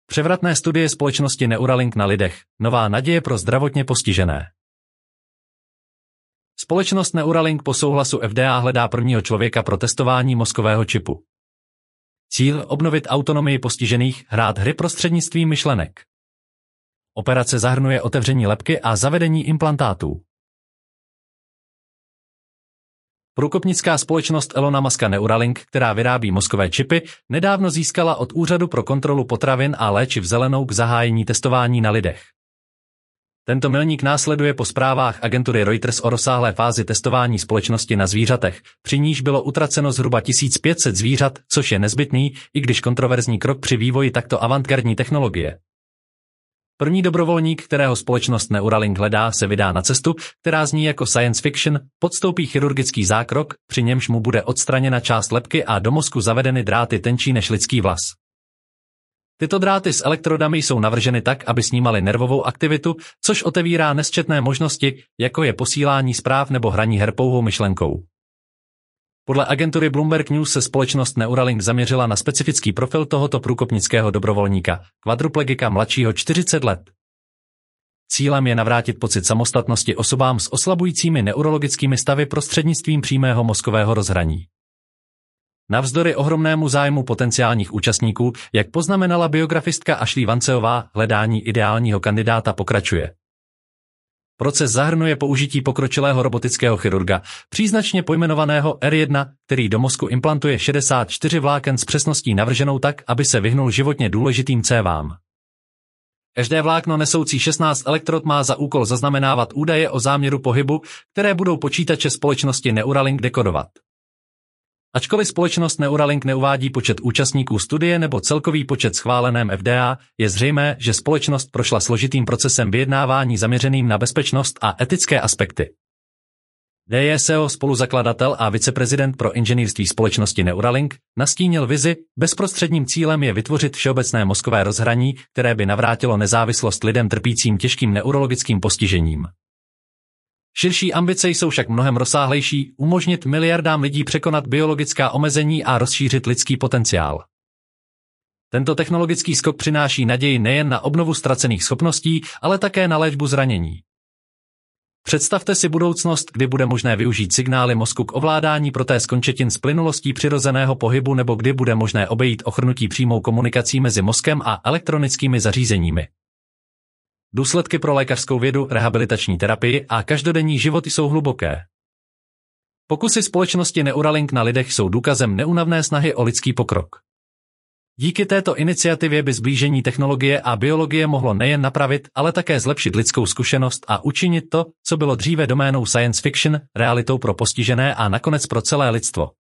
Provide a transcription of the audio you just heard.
Převratné studie společnosti Neuralink na lidech, nová naděje pro zdravotně postižené. Společnost Neuralink po souhlasu FDA hledá prvního člověka pro testování mozkového čipu. Cíl: obnovit autonomii postižených, hrát hry prostřednictvím myšlenek. Operace zahrnuje otevření lebky a zavedení implantátů. Průkopnická společnost Elona Muska Neuralink, která vyrábí mozkové čipy, nedávno získala od Úřadu pro kontrolu potravin a léčiv zelenou k zahájení testování na lidech. Tento milník následuje po zprávách agentury Reuters o rozsáhlé fázi testování společnosti na zvířatech, při níž bylo utraceno zhruba 1500 zvířat, což je nezbytný, i když kontroverzní krok při vývoji takto avantgardní technologie. První dobrovolník, kterého společnost Neuralink hledá, se vydá na cestu, která zní jako science fiction, podstoupí chirurgický zákrok, při němž mu bude odstraněna část lebky a do mozku zavedeny dráty tenčí než lidský vlas. Tyto dráty s elektrodami jsou navrženy tak, aby snímaly nervovou aktivitu, což otevírá nesčetné možnosti, jako je posílání zpráv nebo hraní her pouhou myšlenkou. Podle agentury Bloomberg News se společnost Neuralink zaměřila na specifický profil tohoto průkopnického dobrovolníka, kvadruplegika mladšího 40 let. Cílem je navrátit pocit samostatnosti osobám s oslabujícími neurologickými stavy prostřednictvím přímého mozkového rozhraní. Navzdory ohromnému zájmu potenciálních účastníků, jak poznamenala biografistka Ashley Vanceová, hledání ideálního kandidáta pokračuje. Proces zahrnuje použití pokročilého robotického chirurga, příznačně pojmenovaného R1, který do mozku implantuje 64 vláken s přesností navrženou tak, aby se vyhnul životně důležitým cévám. Každé vlákno nesoucí 16 elektrod má za úkol zaznamenávat údaje o záměru pohybu, které budou počítače společnosti Neuralink dekodovat. Ačkoliv společnost Neuralink neuvádí počet účastníků studie nebo celkový počet schváleném FDA, je zřejmé, že společnost prošla složitým procesem vyjednávání zaměřeným na bezpečnost a etické aspekty. DJSEO, spoluzakladatel a viceprezident pro inženýrství společnosti Neuralink, nastínil vizi: bezprostředním cílem je vytvořit všeobecné mozkové rozhraní, které by navrátilo nezávislost lidem trpícím těžkým neurologickým postižením. Širší ambice jsou však mnohem rozsáhlejší: umožnit miliardám lidí překonat biologická omezení a rozšířit lidský potenciál. Tento technologický skok přináší naději nejen na obnovu ztracených schopností, ale také na léčbu zranění. Představte si budoucnost, kdy bude možné využít signály mozku k ovládání protéz končetin s plynulostí přirozeného pohybu, nebo kdy bude možné obejít ochrnutí přímou komunikací mezi mozkem a elektronickými zařízeními. Důsledky pro lékařskou vědu, rehabilitační terapii a každodenní život jsou hluboké. Pokusy společnosti Neuralink na lidech jsou důkazem neúnavné snahy o lidský pokrok. Díky této iniciativě by sblížení technologie a biologie mohlo nejen napravit, ale také zlepšit lidskou zkušenost a učinit to, co bylo dříve doménou science fiction, realitou pro postižené a nakonec pro celé lidstvo.